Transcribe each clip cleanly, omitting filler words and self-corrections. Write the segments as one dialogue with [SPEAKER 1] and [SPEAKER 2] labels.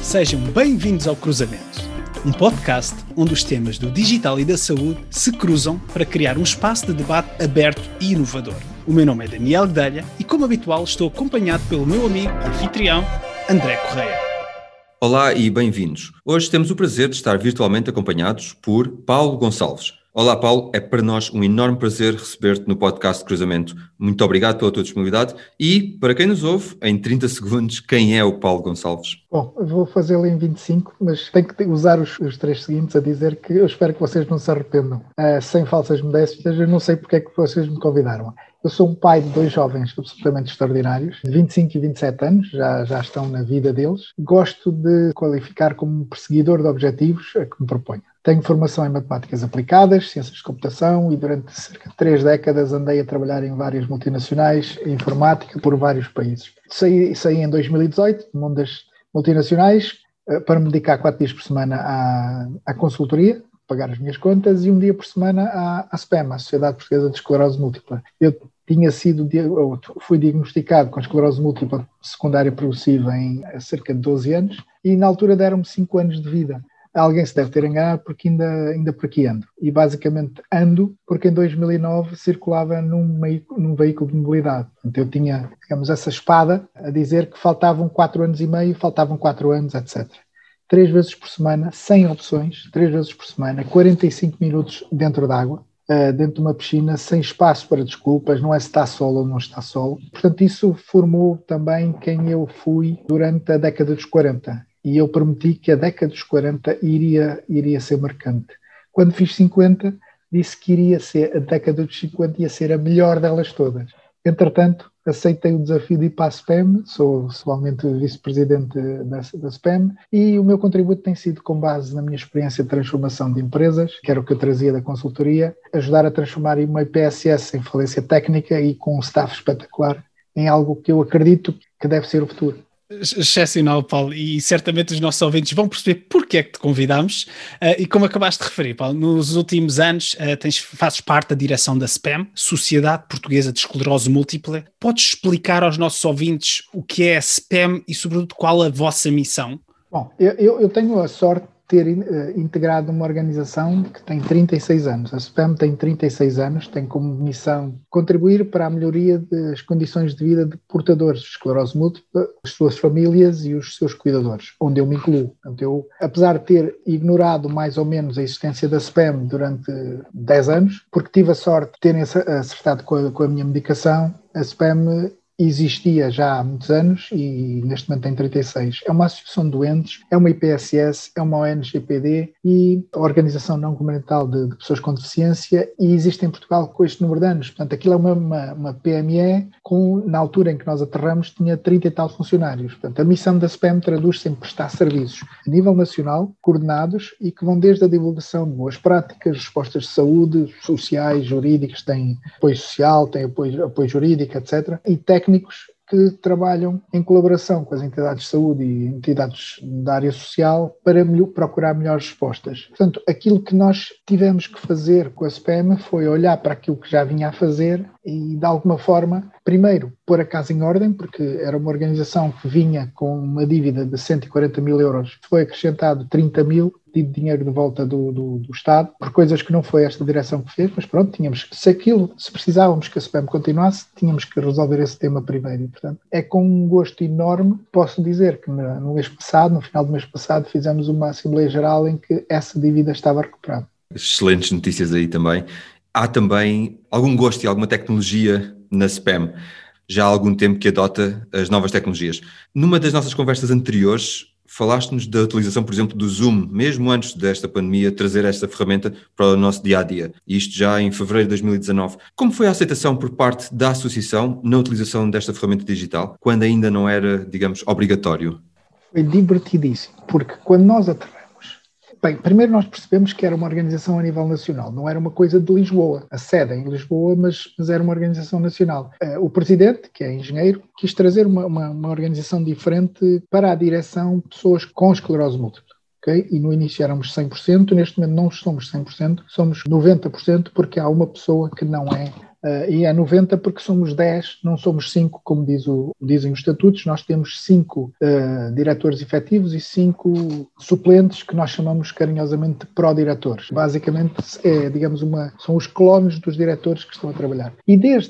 [SPEAKER 1] Sejam bem-vindos ao Cruzamento, um podcast onde os temas do digital e da saúde se cruzam para criar um espaço de debate aberto e inovador. O meu nome é Daniel Guedelha e, como habitual, estou acompanhado pelo meu amigo e anfitrião, André Correia.
[SPEAKER 2] Olá e bem-vindos. Hoje temos o prazer de estar virtualmente acompanhados por Paulo Gonçalves. Olá, Paulo, é para nós um enorme prazer receber-te no podcast Cruzamento. Muito obrigado pela tua disponibilidade e, para quem nos ouve, em 30 segundos, quem é o Paulo Gonçalves?
[SPEAKER 3] Bom, eu vou fazê-lo em 25, mas tenho que usar os 3 seguintes a dizer que eu espero que vocês não se arrependam. Sem falsas modéstias, eu não sei porque é que vocês me convidaram. Eu sou um pai de 2 jovens absolutamente extraordinários, de 25 e 27 anos, já estão na vida deles. Gosto de qualificar como perseguidor de objetivos a que me proponho. Tenho formação em matemáticas aplicadas, ciências de computação e durante cerca de 3 décadas andei a trabalhar em várias multinacionais em informática por vários países. Saí em 2018 do mundo das multinacionais para me dedicar 4 dias por semana à consultoria, pagar as minhas contas, e 1 dia por semana à SPEM, a Sociedade Portuguesa de Esclerose Múltipla. Eu fui diagnosticado com esclerose múltipla secundária progressiva há cerca de 12 anos e na altura deram-me 5 anos de vida. Alguém se deve ter enganado porque ainda por aqui ando. E basicamente ando porque em 2009 circulava num veículo de mobilidade. Portanto, eu tinha, digamos, essa espada a dizer que faltavam 4 anos e meio, faltavam 4 anos, etc. 3 vezes por semana, sem opções, 3 vezes por semana, 45 minutos dentro d'água, dentro de uma piscina, sem espaço para desculpas, não é se está solo ou não está solo. Portanto, isso formou também quem eu fui durante a década dos 40. E eu prometi que a década dos 40 iria ser marcante. Quando fiz 50, disse que a década dos 50 ia ser a melhor delas todas. Entretanto, aceitei o desafio de ir para a SPEM, sou atualmente vice-presidente da SPEM, e o meu contributo tem sido com base na minha experiência de transformação de empresas, que era o que eu trazia da consultoria, ajudar a transformar uma IPSS em falência técnica e com um staff espetacular em algo que eu acredito que deve ser o futuro.
[SPEAKER 1] Excepcional, Paulo, e certamente os nossos ouvintes vão perceber porque é que te convidámos e como acabaste de referir, Paulo, nos últimos anos fazes parte da direção da SPEM, Sociedade Portuguesa de Esclerose Múltipla. Podes explicar aos nossos ouvintes o que é a SPEM e, sobretudo, qual a vossa missão?
[SPEAKER 3] Bom, eu tenho a sorte de ter integrado uma organização que tem 36 anos. A SPEM tem 36 anos, tem como missão contribuir para a melhoria das condições de vida de portadores de esclerose múltipla, as suas famílias e os seus cuidadores, onde eu me incluo. Portanto, eu, apesar de ter ignorado mais ou menos a existência da SPEM durante 10 anos, porque tive a sorte de terem acertado com a minha medicação, a SPEM existia já há muitos anos e neste momento tem 36. É uma associação de doentes, é uma IPSS, é uma ONG-PD e a Organização Não Governamental de Pessoas com Deficiência, e existe em Portugal com este número de anos. Portanto, aquilo é uma PME na altura em que nós aterramos, tinha 30 e tal funcionários. Portanto, a missão da SPEM traduz-se em prestar serviços a nível nacional, coordenados, e que vão desde a divulgação de boas práticas, respostas de saúde, sociais, jurídicas, tem apoio social, tem apoio jurídico, etc. E técnicos que trabalham em colaboração com as entidades de saúde e entidades da área social para procurar melhores respostas. Portanto, aquilo que nós tivemos que fazer com a SPEM foi olhar para aquilo que já vinha a fazer e, de alguma forma, primeiro, pôr a casa em ordem, porque era uma organização que vinha com uma dívida de 140 mil euros, foi acrescentado 30 mil, de dinheiro de volta do Estado, por coisas que não foi esta direção que fez, mas pronto, se precisávamos que a SPEM continuasse, tínhamos que resolver esse tema primeiro. E, portanto, é com um gosto enorme, posso dizer que no final do mês passado, fizemos uma Assembleia Geral em que essa dívida estava recuperada.
[SPEAKER 2] Excelentes notícias aí também. Há também algum gosto e alguma tecnologia na SPEM, já há algum tempo que adota as novas tecnologias. Numa das nossas conversas anteriores, falaste-nos da utilização, por exemplo, do Zoom, mesmo antes desta pandemia, trazer esta ferramenta para o nosso dia-a-dia. Isto já em fevereiro de 2019. Como foi a aceitação por parte da associação na utilização desta ferramenta digital, quando ainda não era, digamos, obrigatório?
[SPEAKER 3] Foi divertidíssimo, porque quando nós aterramos, primeiro nós percebemos que era uma organização a nível nacional, não era uma coisa de Lisboa, a sede é em Lisboa, mas era uma organização nacional. O presidente, que é engenheiro, quis trazer uma organização diferente para a direção de pessoas com esclerose múltipla. Okay? E no início éramos 100%, neste momento não somos 100%, somos 90%, porque há uma pessoa que não é E é 90 porque somos 10, não somos 5, como dizem os estatutos. Nós temos 5 diretores efetivos e 5 suplentes, que nós chamamos carinhosamente de pró-diretores. Basicamente, digamos, são os clones dos diretores que estão a trabalhar. E desde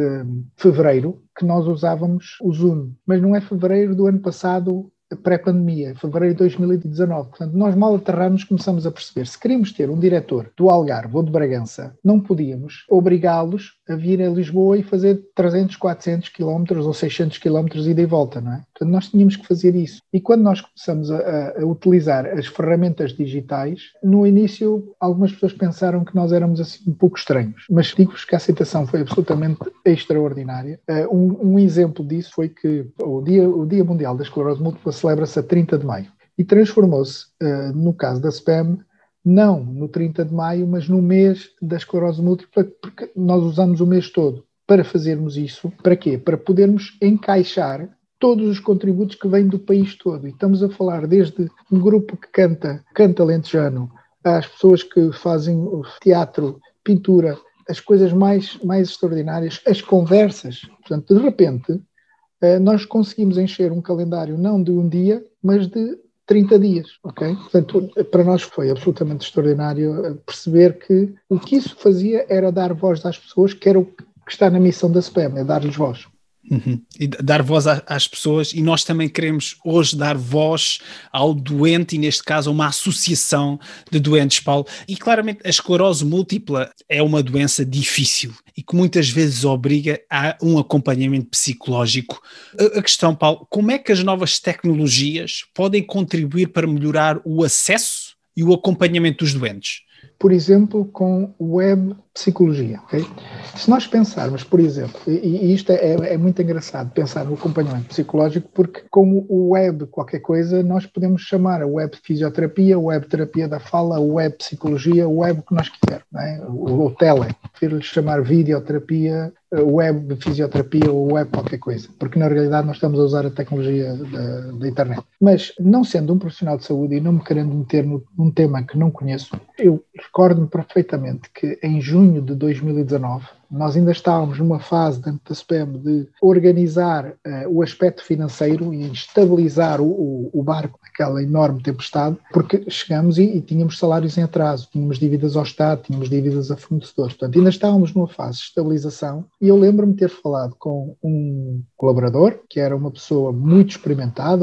[SPEAKER 3] fevereiro que nós usávamos o Zoom, mas não é fevereiro do ano passado, pré-pandemia, fevereiro de 2019. Portanto, nós mal aterramos, começamos a perceber, se queríamos ter um diretor do Algarve ou de Bragança, não podíamos obrigá-los a vir a Lisboa e fazer 300, 400 quilómetros ou 600 quilómetros ida e volta, não é? Portanto, nós tínhamos que fazer isso. E quando nós começamos a utilizar as ferramentas digitais, no início, algumas pessoas pensaram que nós éramos assim um pouco estranhos, mas digo-vos que a aceitação foi absolutamente extraordinária. Um exemplo disso foi que o Dia Mundial da Esclerose Múltipla celebra-se a 30 de maio e transformou-se, no caso da SPAM, não no 30 de maio, mas no mês da esclerose múltipla, porque nós usamos o mês todo para fazermos isso. Para quê? Para podermos encaixar todos os contributos que vêm do país todo. E estamos a falar desde um grupo que canta lentejano, às pessoas que fazem teatro, pintura, as coisas mais extraordinárias, as conversas. Portanto, de repente, nós conseguimos encher um calendário não de um dia, mas de 30 dias, ok? Portanto, para nós foi absolutamente extraordinário perceber que o que isso fazia era dar voz às pessoas, que era o que está na missão da SPAM, é dar-lhes voz.
[SPEAKER 1] Uhum. E dar voz às pessoas, e nós também queremos hoje dar voz ao doente, e neste caso a uma associação de doentes, Paulo. E claramente a esclerose múltipla é uma doença difícil e que muitas vezes obriga a um acompanhamento psicológico. A questão, Paulo, como é que as novas tecnologias podem contribuir para melhorar o acesso e o acompanhamento dos doentes?
[SPEAKER 3] Por exemplo, com web psicologia. Okay? Se nós pensarmos, por exemplo, e isto é muito engraçado, pensar no acompanhamento psicológico, porque com o web qualquer coisa, nós podemos chamar a web fisioterapia, web terapia da fala, web psicologia, web o que nós quisermos, não é? O tele, prefiro-lhe chamar videoterapia, web fisioterapia ou web qualquer coisa, porque na realidade nós estamos a usar a tecnologia da internet. Mas não sendo um profissional de saúde e não me querendo meter num tema que não conheço, eu recordo-me perfeitamente que em junho de 2019 nós ainda estávamos numa fase dentro da SPAM de organizar o aspecto financeiro e estabilizar o barco naquela enorme tempestade, porque chegamos e tínhamos salários em atraso, tínhamos dívidas ao Estado, tínhamos dívidas a fornecedores. Portanto, ainda estávamos numa fase de estabilização e eu lembro-me de ter falado com um colaborador, que era uma pessoa muito experimentada,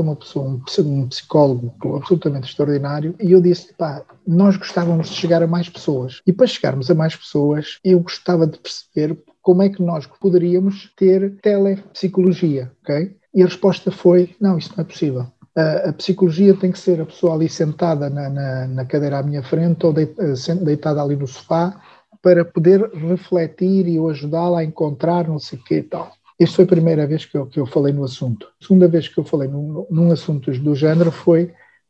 [SPEAKER 3] um psicólogo absolutamente extraordinário, e eu disse, nós gostávamos de chegar a mais pessoas. E para chegarmos a mais pessoas, eu gostava de perceber como é que nós poderíamos ter telepsicologia, ok? E a resposta foi, não, isso não é possível. A psicologia tem que ser a pessoa ali sentada na cadeira à minha frente ou deitada ali no sofá para poder refletir e eu ajudá-la a encontrar não sei o quê e tal. Esta foi a primeira vez que eu falei no assunto. A segunda vez que eu falei num assunto do género foi,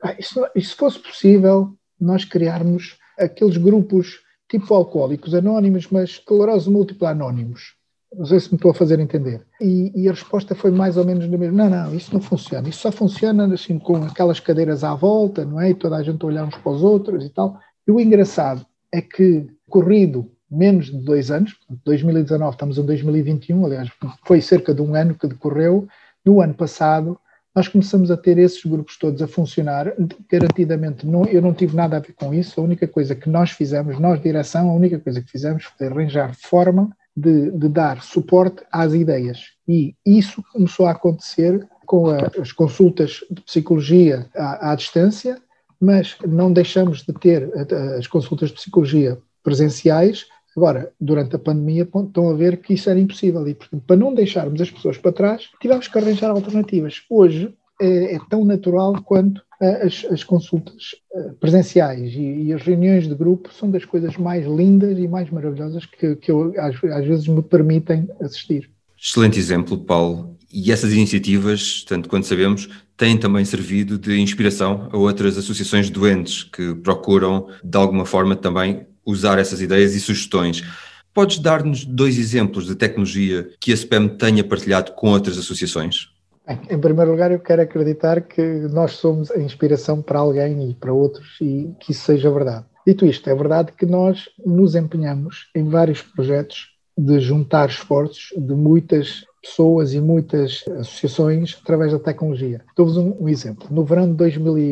[SPEAKER 3] e se fosse possível nós criarmos aqueles grupos tipo alcoólicos anónimos, mas esclerose múltipla anónimos. Não sei se me estou a fazer entender. E a resposta foi mais ou menos da mesma. Não, isso não funciona. Isso só funciona assim com aquelas cadeiras à volta, não é? E toda a gente a olhar uns para os outros e tal. E o engraçado é que, corrido menos de 2 anos, 2019, estamos em 2021, aliás, foi cerca de um ano que decorreu, no ano passado, nós começamos a ter esses grupos todos a funcionar, garantidamente, eu não tive nada a ver com isso, a única coisa que nós fizemos, nós direção, a única coisa que fizemos foi arranjar forma de dar suporte às ideias. E isso começou a acontecer com as consultas de psicologia à distância, mas não deixamos de ter as consultas de psicologia presenciais. Agora, durante a pandemia, estão a ver que isso era impossível e, portanto, para não deixarmos as pessoas para trás, tivemos que arranjar alternativas. Hoje é tão natural quanto as consultas presenciais e as reuniões de grupo são das coisas mais lindas e mais maravilhosas que eu, às vezes me permitem assistir.
[SPEAKER 2] Excelente exemplo, Paulo. E essas iniciativas, tanto quanto sabemos, têm também servido de inspiração a outras associações de doentes que procuram, de alguma forma, também usar essas ideias e sugestões. Podes dar-nos 2 exemplos de tecnologia que a SPAM tenha partilhado com outras associações?
[SPEAKER 3] Bem, em primeiro lugar, eu quero acreditar que nós somos a inspiração para alguém e para outros e que isso seja verdade. Dito isto, é verdade que nós nos empenhamos em vários projetos de juntar esforços de muitas pessoas e muitas associações através da tecnologia. Dou-vos um exemplo. No verão de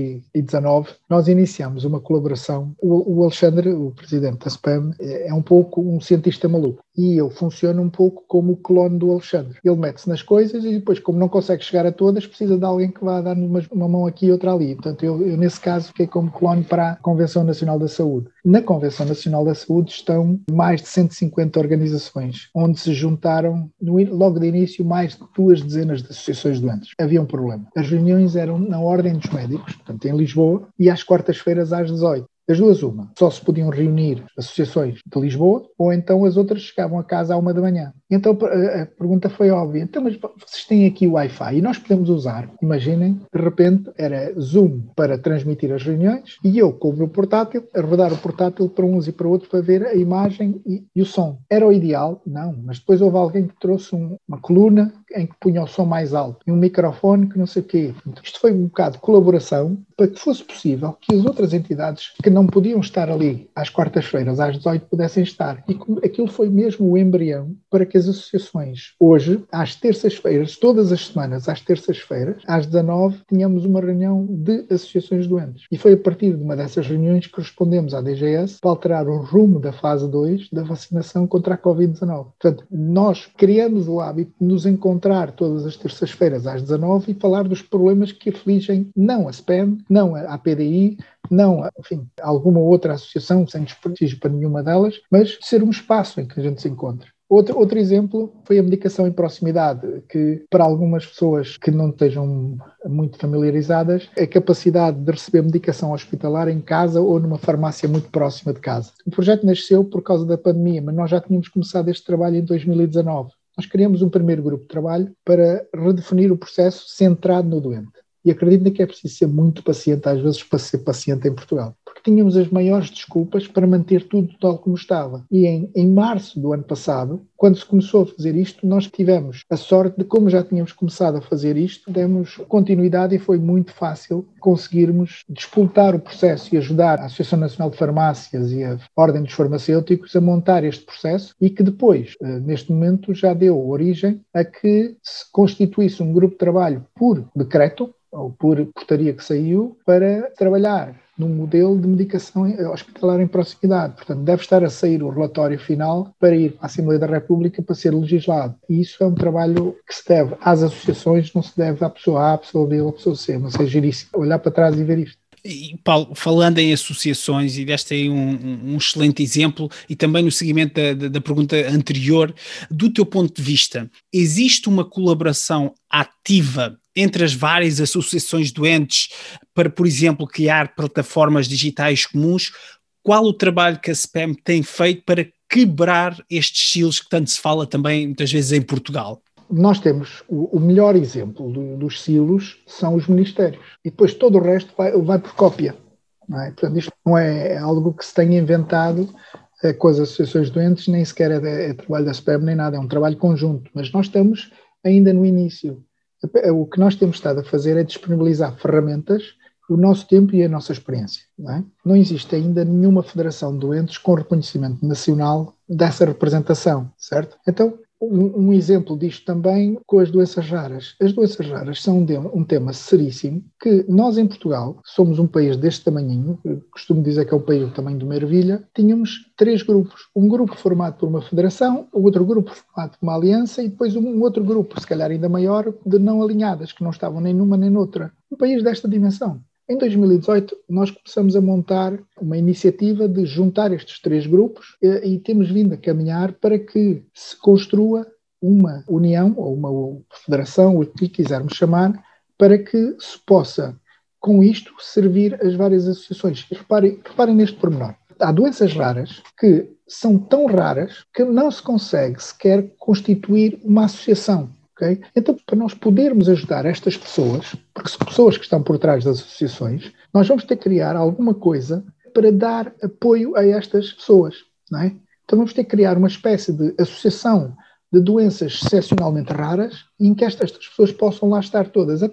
[SPEAKER 3] 2019, nós iniciamos uma colaboração. O Alexandre, o presidente da SPAM, é um pouco um cientista maluco. E eu funciono um pouco como o clone do Alexandre. Ele mete-se nas coisas e depois, como não consegue chegar a todas, precisa de alguém que vá dar-nos uma mão aqui e outra ali. Portanto, eu, nesse caso, fiquei como clone para a Convenção Nacional da Saúde. Na Convenção Nacional da Saúde estão mais de 150 organizações, onde se juntaram, logo de início, mais de 2 dezenas de associações doentes. Havia um problema. As reuniões eram na Ordem dos Médicos, portanto, em Lisboa, e às quartas-feiras às 18. Das duas, uma. Só se podiam reunir associações de Lisboa, ou então as outras chegavam a casa à 1 da manhã. Então a pergunta foi óbvia. Então, mas vocês têm aqui o Wi-Fi e nós podemos usar. Imaginem, de repente, era Zoom para transmitir as reuniões e eu com o meu portátil, a rodar o portátil para uns e para outros para ver a imagem e o som. Era o ideal? Não. Mas depois houve alguém que trouxe uma coluna em que punha o som mais alto e um microfone que não sei o quê. Então, isto foi um bocado de colaboração para que fosse possível que as outras entidades que não podiam estar ali às quartas-feiras, às 18, pudessem estar. E aquilo foi mesmo o embrião para que as associações, hoje, às terças-feiras, todas as semanas, às terças-feiras, às 19, tínhamos uma reunião de associações doentes. E foi a partir de uma dessas reuniões que respondemos à DGS para alterar o rumo da fase 2 da vacinação contra a Covid-19. Portanto, nós criamos o hábito de nos encontrar todas as terças-feiras às 19 e falar dos problemas que afligem não a SPAM, não a PDI, não, enfim, alguma outra associação, sem desprestígio para nenhuma delas, mas ser um espaço em que a gente se encontre. Outro exemplo foi a medicação em proximidade, que para algumas pessoas que não estejam muito familiarizadas, a capacidade de receber medicação hospitalar em casa ou numa farmácia muito próxima de casa. O projeto nasceu por causa da pandemia, mas nós já tínhamos começado este trabalho em 2019. Nós criamos um primeiro grupo de trabalho para redefinir o processo centrado no doente. E acredito que é preciso ser muito paciente, às vezes, para ser paciente em Portugal. Porque tínhamos as maiores desculpas para manter tudo tal como estava. E em março do ano passado, quando se começou a fazer isto, nós tivemos a sorte de, como já tínhamos começado a fazer isto, demos continuidade e foi muito fácil conseguirmos despoltar o processo e ajudar a Associação Nacional de Farmácias e a Ordem dos Farmacêuticos a montar este processo e que depois, neste momento, já deu origem a que se constituísse um grupo de trabalho por decreto, ou por portaria que saiu, para trabalhar num modelo de medicação hospitalar em proximidade. Portanto, deve estar a sair o relatório final para ir à Assembleia da República para ser legislado. E isso é um trabalho que se deve às associações, não se deve à pessoa A, à pessoa B ou à pessoa C. Mas é giríssimo olhar para trás e ver isto.
[SPEAKER 1] E, Paulo, falando em associações, e deste aí um excelente exemplo, e também no seguimento da pergunta anterior, do teu ponto de vista, existe uma colaboração ativa entre as várias associações doentes para, por exemplo, criar plataformas digitais comuns? Qual o trabalho que a SPAM tem feito para quebrar estes silos que tanto se fala também, muitas vezes, em Portugal?
[SPEAKER 3] Nós temos o melhor exemplo dos silos são os ministérios. E depois todo o resto vai por cópia. Não é? Portanto, isto não é algo que se tenha inventado com as associações doentes, nem sequer é trabalho da SPAM, nem nada. É um trabalho conjunto. Mas nós estamos ainda no início. O que nós temos estado a fazer é disponibilizar ferramentas, o nosso tempo e a nossa experiência. Não existe ainda nenhuma federação de doentes com reconhecimento nacional dessa representação, certo? Então, um exemplo disto também com as doenças raras. As doenças raras são um tema seríssimo que nós em Portugal, somos um país deste tamanhinho, costumo dizer que é o país do tamanho de uma ervilha, tínhamos 3 grupos. Um grupo formado por uma federação, outro grupo formado por uma aliança e depois um outro grupo, se calhar ainda maior, de não alinhadas, que não estavam nem numa nem noutra. Um país desta dimensão. Em 2018, nós começamos a montar uma iniciativa de juntar estes 3 grupos e temos vindo a caminhar para que se construa uma união ou uma federação, o que quisermos chamar, para que se possa, com isto, servir as várias associações. E reparem neste pormenor. Há doenças raras que são tão raras que não se consegue sequer constituir uma associação. Okay? Então, para nós podermos ajudar estas pessoas, porque são pessoas que estão por trás das associações, nós vamos ter que criar alguma coisa para dar apoio a estas pessoas. Não é? Então vamos ter que criar uma espécie de associação de doenças excepcionalmente raras em que estas pessoas possam lá estar todas,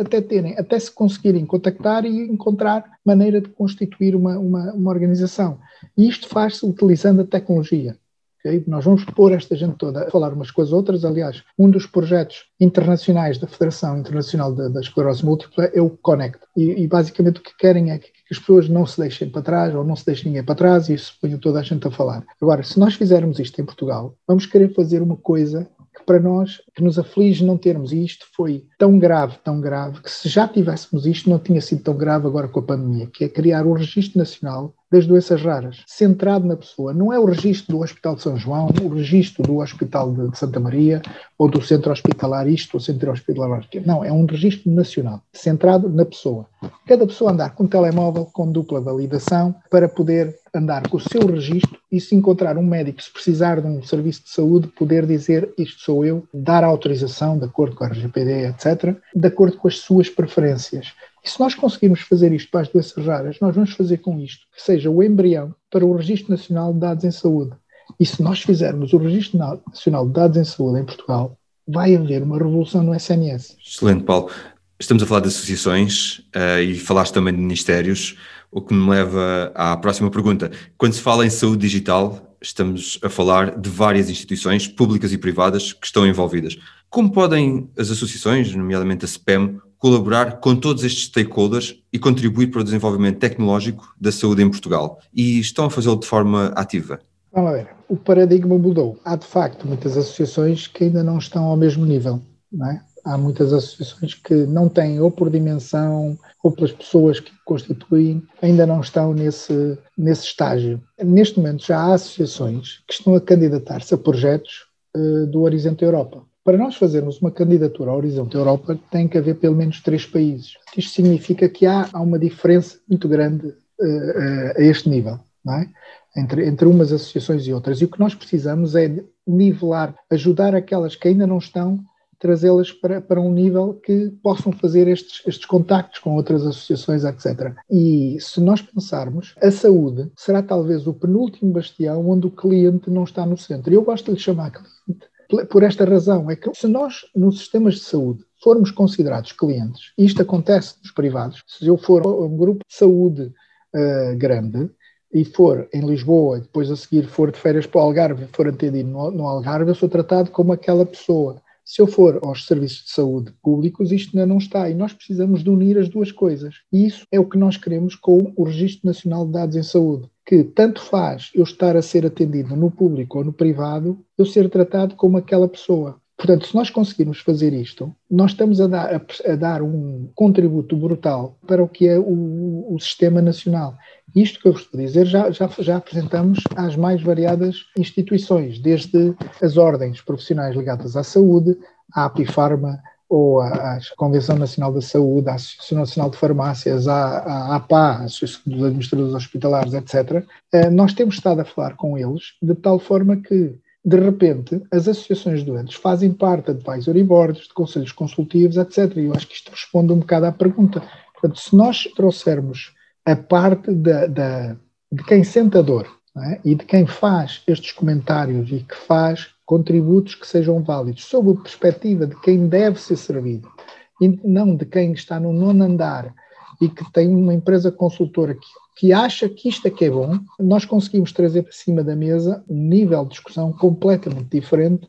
[SPEAKER 3] até se conseguirem contactar e encontrar maneira de constituir uma organização. E isto faz-se utilizando a tecnologia. Okay? Nós vamos pôr esta gente toda a falar umas com as outras. Aliás, um dos projetos internacionais da Federação Internacional da Esclerose Múltipla é o Connect. E basicamente o que querem é que as pessoas não se deixem para trás ou não se deixem ninguém para trás, e isso ponho toda a gente a falar. Agora, se nós fizermos isto em Portugal, vamos querer fazer uma coisa que para nós, que nos aflige não termos, e isto foi tão grave, que se já tivéssemos isto não tinha sido tão grave agora com a pandemia, que é criar um registro nacional das doenças raras, centrado na pessoa. Não é o registro do Hospital de São João, o registro do Hospital de Santa Maria, ou do Centro Hospitalar isto, ou Centro Hospitalar aquilo. Não, é um registro nacional, centrado na pessoa. Cada pessoa andar com um telemóvel, com dupla validação, para poder andar com o seu registro e se encontrar um médico, se precisar de um serviço de saúde, poder dizer isto sou eu, dar a autorização de acordo com a RGPD, etc., de acordo com as suas preferências. E se nós conseguirmos fazer isto para as doenças raras, nós vamos fazer com isto que seja o embrião para o Registro Nacional de Dados em Saúde. E se nós fizermos o Registro Nacional de Dados em Saúde em Portugal, vai haver uma revolução no SNS.
[SPEAKER 2] Excelente, Paulo. Estamos a falar de associações e falaste também de ministérios, o que me leva à próxima pergunta. Quando se fala em saúde digital, estamos a falar de várias instituições públicas e privadas que estão envolvidas. Como podem as associações, nomeadamente a SPEM, colaborar com todos estes stakeholders e contribuir para o desenvolvimento tecnológico da saúde em Portugal? E estão a fazê-lo de forma ativa?
[SPEAKER 3] Vamos ver. O paradigma mudou. Há, de facto, muitas associações que ainda não estão ao mesmo nível, não é? Há muitas associações que não têm, ou por dimensão, ou pelas pessoas que constituem, ainda não estão nesse estágio. Neste momento já há associações que estão a candidatar-se a projetos do Horizonte Europa. Para nós fazermos uma candidatura ao Horizonte Europa, tem que haver pelo menos 3 países. Isto significa que há uma diferença muito grande a este nível, não é? Entre umas associações e outras. E o que nós precisamos é nivelar, ajudar aquelas que ainda não estão, trazê-las para um nível que possam fazer estes contactos com outras associações, etc. E se nós pensarmos, a saúde será talvez o penúltimo bastião onde o cliente não está no centro. E eu gosto de lhe chamar cliente por esta razão, é que se nós, nos sistemas de saúde, formos considerados clientes, e isto acontece nos privados, se eu for a um grupo de saúde grande, e for em Lisboa, e depois a seguir for de férias para o Algarve, e for atendido no Algarve, eu sou tratado como aquela pessoa. Se eu for aos serviços de saúde públicos, isto ainda não está, e nós precisamos de unir as duas coisas. E isso é o que nós queremos com o Registro Nacional de Dados em Saúde, que tanto faz eu estar a ser atendido no público ou no privado, eu ser tratado como aquela pessoa. Portanto, se nós conseguirmos fazer isto, nós estamos a dar um contributo brutal para o que é o sistema nacional. Isto que eu estou a dizer já apresentamos às mais variadas instituições, desde as ordens profissionais ligadas à saúde, à Apifarma, ou à Convenção Nacional da Saúde, à Associação Nacional de Farmácias, à APA, a Associação dos Administradores Hospitalares, etc. Nós temos estado a falar com eles de tal forma que, de repente, as associações de doentes fazem parte de advisory boards, de conselhos consultivos, etc. E eu acho que isto responde um bocado à pergunta. Portanto, se nós trouxermos a parte de quem sente a dor, não é? E de quem faz estes comentários e que faz contributos que sejam válidos, sob a perspectiva de quem deve ser servido, e não de quem está no nono andar e que tem uma empresa consultora que acha que isto é que é bom, nós conseguimos trazer para cima da mesa um nível de discussão completamente diferente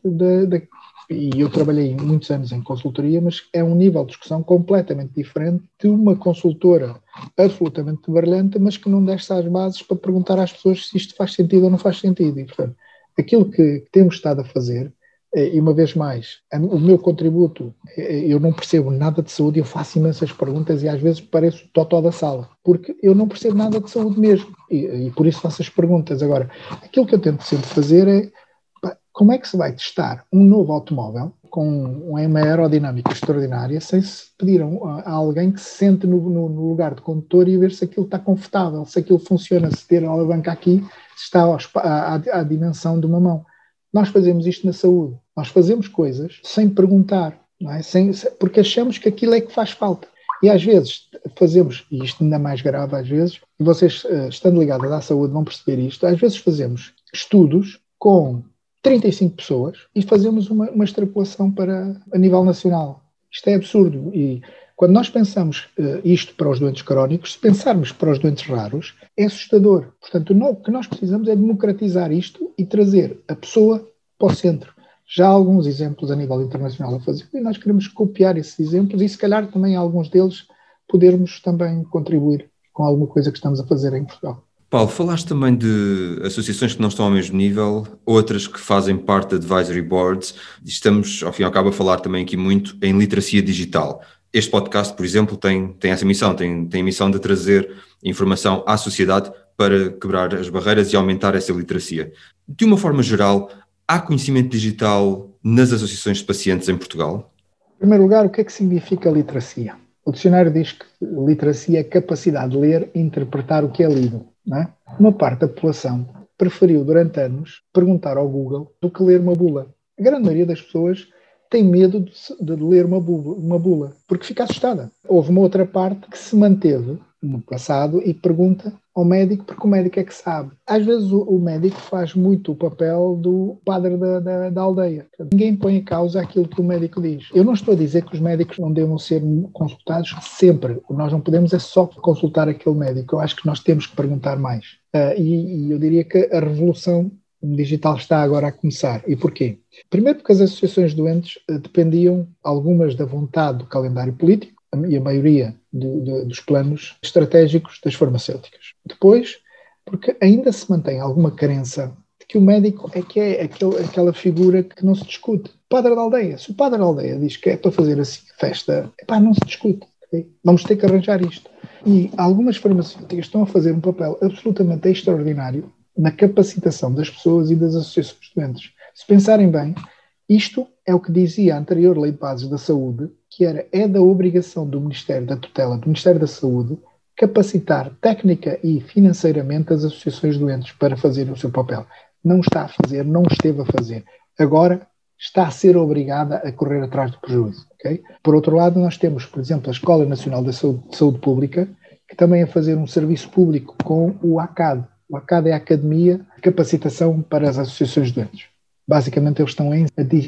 [SPEAKER 3] e eu trabalhei muitos anos em consultoria, mas é um nível de discussão completamente diferente de uma consultora absolutamente brilhante, mas que não deixa as bases para perguntar às pessoas se isto faz sentido ou não faz sentido. E, portanto, aquilo que temos estado a fazer, e uma vez mais, o meu contributo, eu não percebo nada de saúde, eu faço imensas perguntas e às vezes pareço o totó da sala, porque eu não percebo nada de saúde mesmo, e por isso faço as perguntas. Agora, aquilo que eu tento sempre fazer é, como é que se vai testar um novo automóvel com uma aerodinâmica extraordinária sem se pedir a alguém que se sente no lugar de condutor e ver se aquilo está confortável, se aquilo funciona, se ter a alavanca aqui, se está à dimensão de uma mão. Nós fazemos isto na saúde. Nós fazemos coisas sem perguntar, não é? Porque achamos que aquilo é que faz falta. E às vezes fazemos, e isto ainda mais grave às vezes, e vocês estando ligados à saúde vão perceber isto, às vezes fazemos estudos com 35 pessoas e fazemos uma extrapolação a nível nacional. Isto é absurdo. E Quando nós pensamos isto para os doentes crónicos, se pensarmos para os doentes raros, é assustador. Portanto, o que nós precisamos é democratizar isto e trazer a pessoa para o centro. Já há alguns exemplos a nível internacional a fazer, e nós queremos copiar esses exemplos e, se calhar, também alguns deles podermos também contribuir com alguma coisa que estamos a fazer em Portugal.
[SPEAKER 2] Paulo, falaste também de associações que não estão ao mesmo nível, outras que fazem parte de advisory boards. Estamos, ao fim e ao cabo, a falar também aqui muito em literacia digital. Este podcast, por exemplo, tem essa missão, tem a missão de trazer informação à sociedade para quebrar as barreiras e aumentar essa literacia. De uma forma geral, há conhecimento digital nas associações de pacientes em Portugal?
[SPEAKER 3] Em primeiro lugar, o que é que significa literacia? O dicionário diz que literacia é a capacidade de ler e interpretar o que é lido. Não é? Uma parte da população preferiu, durante anos, perguntar ao Google do que ler uma bula. A grande maioria das pessoas tem medo de ler uma bula, porque fica assustada. Houve uma outra parte que se manteve no passado e pergunta ao médico, porque o médico é que sabe. Às vezes o médico faz muito o papel do padre da aldeia. Ninguém põe em causa aquilo que o médico diz. Eu não estou a dizer que os médicos não devam ser consultados sempre. Nós não podemos é só consultar aquele médico. Eu acho que nós temos que perguntar mais. E eu diria que a revolução digital está agora a começar. E porquê? Primeiro porque as associações de doentes dependiam, algumas, da vontade do calendário político e a maioria dos planos estratégicos das farmacêuticas. Depois, porque ainda se mantém alguma crença de que o médico é que é aquela figura que não se discute. O padre da aldeia. Se o padre da aldeia diz que é para fazer assim festa, não se discute. Okay? Vamos ter que arranjar isto. E algumas farmacêuticas estão a fazer um papel absolutamente extraordinário na capacitação das pessoas e das associações de doentes. Se pensarem bem, isto é o que dizia a anterior Lei de Bases da Saúde, que é da obrigação do Ministério da Tutela, do Ministério da Saúde, capacitar técnica e financeiramente as associações de doentes para fazerem o seu papel. Não está a fazer, não esteve a fazer. Agora está a ser obrigada a correr atrás do prejuízo. Okay? Por outro lado, nós temos, por exemplo, a Escola Nacional de Saúde Pública, que também é a fazer um serviço público com o ACAD. O ACAD é a Academia de Capacitação para as Associações de Doentes. Basicamente, eles estão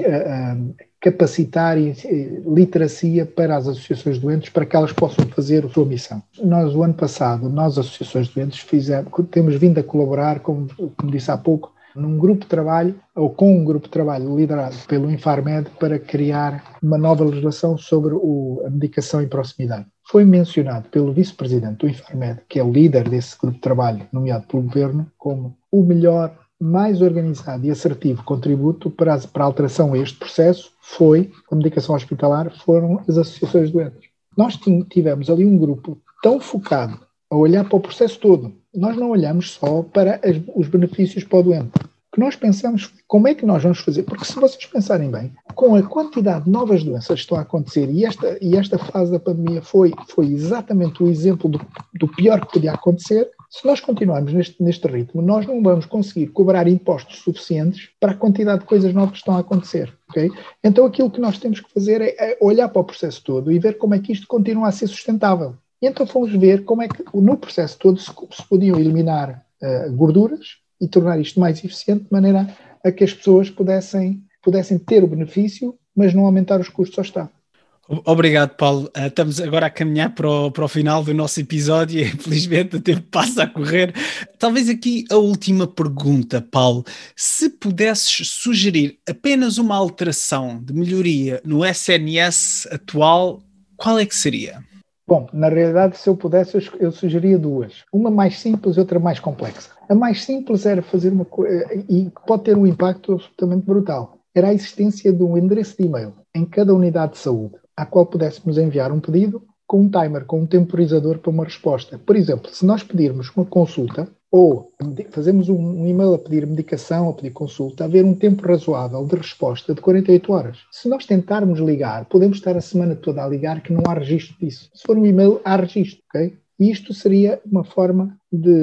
[SPEAKER 3] a capacitar literacia para as associações de doentes para que elas possam fazer a sua missão. Nós, o ano passado, nós, associações de doentes, temos vindo a colaborar, como disse há pouco, num grupo de trabalho, ou com um grupo de trabalho liderado pelo Infarmed, para criar uma nova legislação sobre a medicação em proximidade. Foi mencionado pelo vice-presidente do Infarmed, que é o líder desse grupo de trabalho, nomeado pelo governo, como o melhor, mais organizado e assertivo contributo para a alteração a este processo foi a medicação hospitalar, foram as associações de doentes. Nós tivemos ali um grupo tão focado a olhar para o processo todo. Nós não olhamos só para os benefícios para o doente. O que nós pensamos, como é que nós vamos fazer? Porque se vocês pensarem bem, com a quantidade de novas doenças que estão a acontecer, e esta fase da pandemia foi exatamente o exemplo do pior que podia acontecer, se nós continuarmos neste ritmo, nós não vamos conseguir cobrar impostos suficientes para a quantidade de coisas novas que estão a acontecer. Okay? Então aquilo que nós temos que fazer é olhar para o processo todo e ver como é que isto continua a ser sustentável. E então fomos ver como é que no processo todo se podiam eliminar gorduras e tornar isto mais eficiente, de maneira a que as pessoas pudessem ter o benefício, mas não aumentar os custos ao Estado.
[SPEAKER 1] Obrigado, Paulo. Estamos agora a caminhar para o final do nosso episódio e, infelizmente, o tempo passa a correr. Talvez aqui a última pergunta, Paulo. Se pudesses sugerir apenas uma alteração de melhoria no SNS atual, qual é que seria?
[SPEAKER 3] Bom, na realidade, se eu pudesse, eu sugeria duas. Uma mais simples e outra mais complexa. A mais simples era fazer uma coisa, e que pode ter um impacto absolutamente brutal. Era a existência de um endereço de e-mail em cada unidade de saúde, à qual pudéssemos enviar um pedido com um timer, com um temporizador para uma resposta. Por exemplo, se nós pedirmos uma consulta, ou fazemos um e-mail a pedir medicação, a pedir consulta, haver um tempo razoável de resposta de 48 horas. Se nós tentarmos ligar, podemos estar a semana toda a ligar que não há registro disso. Se for um e-mail, há registro, ok? E isto seria uma forma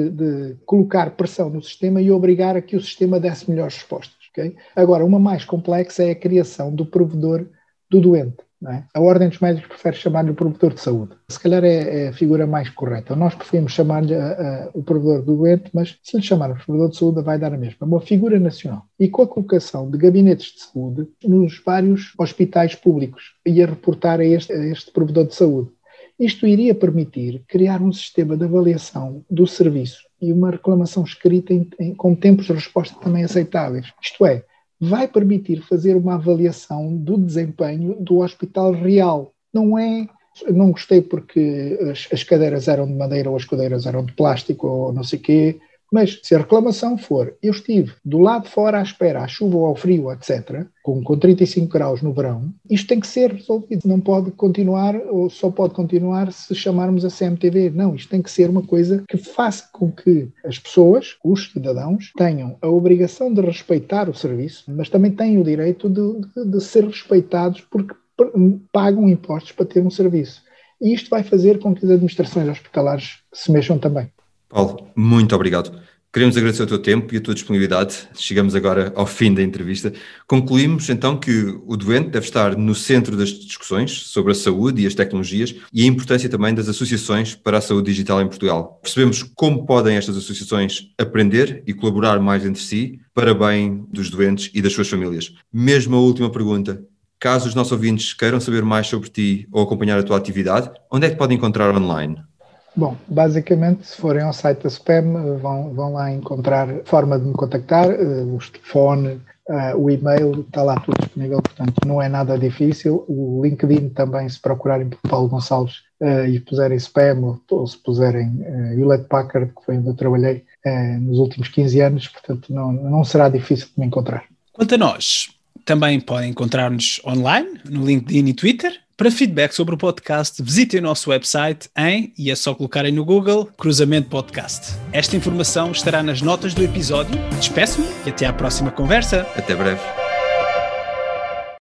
[SPEAKER 3] de colocar pressão no sistema e obrigar a que o sistema desse melhores respostas, ok? Agora, uma mais complexa é a criação do provedor do doente. Não é? A Ordem dos Médicos prefere chamar-lhe o provedor de saúde. Se calhar é a figura mais correta. Nós preferimos chamar-lhe o provedor do doente, mas se lhe chamarmos provedor de saúde vai dar a mesma. Uma figura nacional. E com a colocação de gabinetes de saúde nos vários hospitais públicos e a reportar a este provedor de saúde. Isto iria permitir criar um sistema de avaliação do serviço e uma reclamação escrita com tempos de resposta também aceitáveis. Isto é, vai permitir fazer uma avaliação do desempenho do hospital real. Não gostei porque as cadeiras eram de madeira ou as cadeiras eram de plástico ou não sei o quê, mas se a reclamação for, eu estive do lado de fora à espera, à chuva ou ao frio, etc., com 35 graus no verão, isto tem que ser resolvido. Não pode continuar, ou só pode continuar se chamarmos a CMTV. Não, isto tem que ser uma coisa que faça com que as pessoas, os cidadãos, tenham a obrigação de respeitar o serviço, mas também têm o direito de ser respeitados porque pagam impostos para ter um serviço. E isto vai fazer com que as administrações hospitalares se mexam também.
[SPEAKER 2] Paulo, muito obrigado. Queremos agradecer o teu tempo e a tua disponibilidade. Chegamos agora ao fim da entrevista. Concluímos então que o doente deve estar no centro das discussões sobre a saúde e as tecnologias e a importância também das associações para a saúde digital em Portugal. Percebemos como podem estas associações aprender e colaborar mais entre si para bem dos doentes e das suas famílias. Mesmo a última pergunta. Caso os nossos ouvintes queiram saber mais sobre ti ou acompanhar a tua atividade, onde é que podem encontrar online?
[SPEAKER 3] Bom, basicamente, se forem ao site da SPEM, vão lá encontrar forma de me contactar, o telefone, o e-mail, está lá tudo disponível, portanto não é nada difícil. O LinkedIn também, se procurarem por Paulo Gonçalves e puserem SPEM ou se puserem Hewlett Packard, que foi onde eu trabalhei nos últimos 15 anos, portanto não será difícil de me encontrar.
[SPEAKER 1] Quanto a nós, também podem encontrar-nos online, no LinkedIn e Twitter. Para feedback sobre o podcast, visitem o nosso website e é só colocarem no Google Cruzamento Podcast. Esta informação estará nas notas do episódio. Despeço-me e até à próxima conversa.
[SPEAKER 2] Até breve.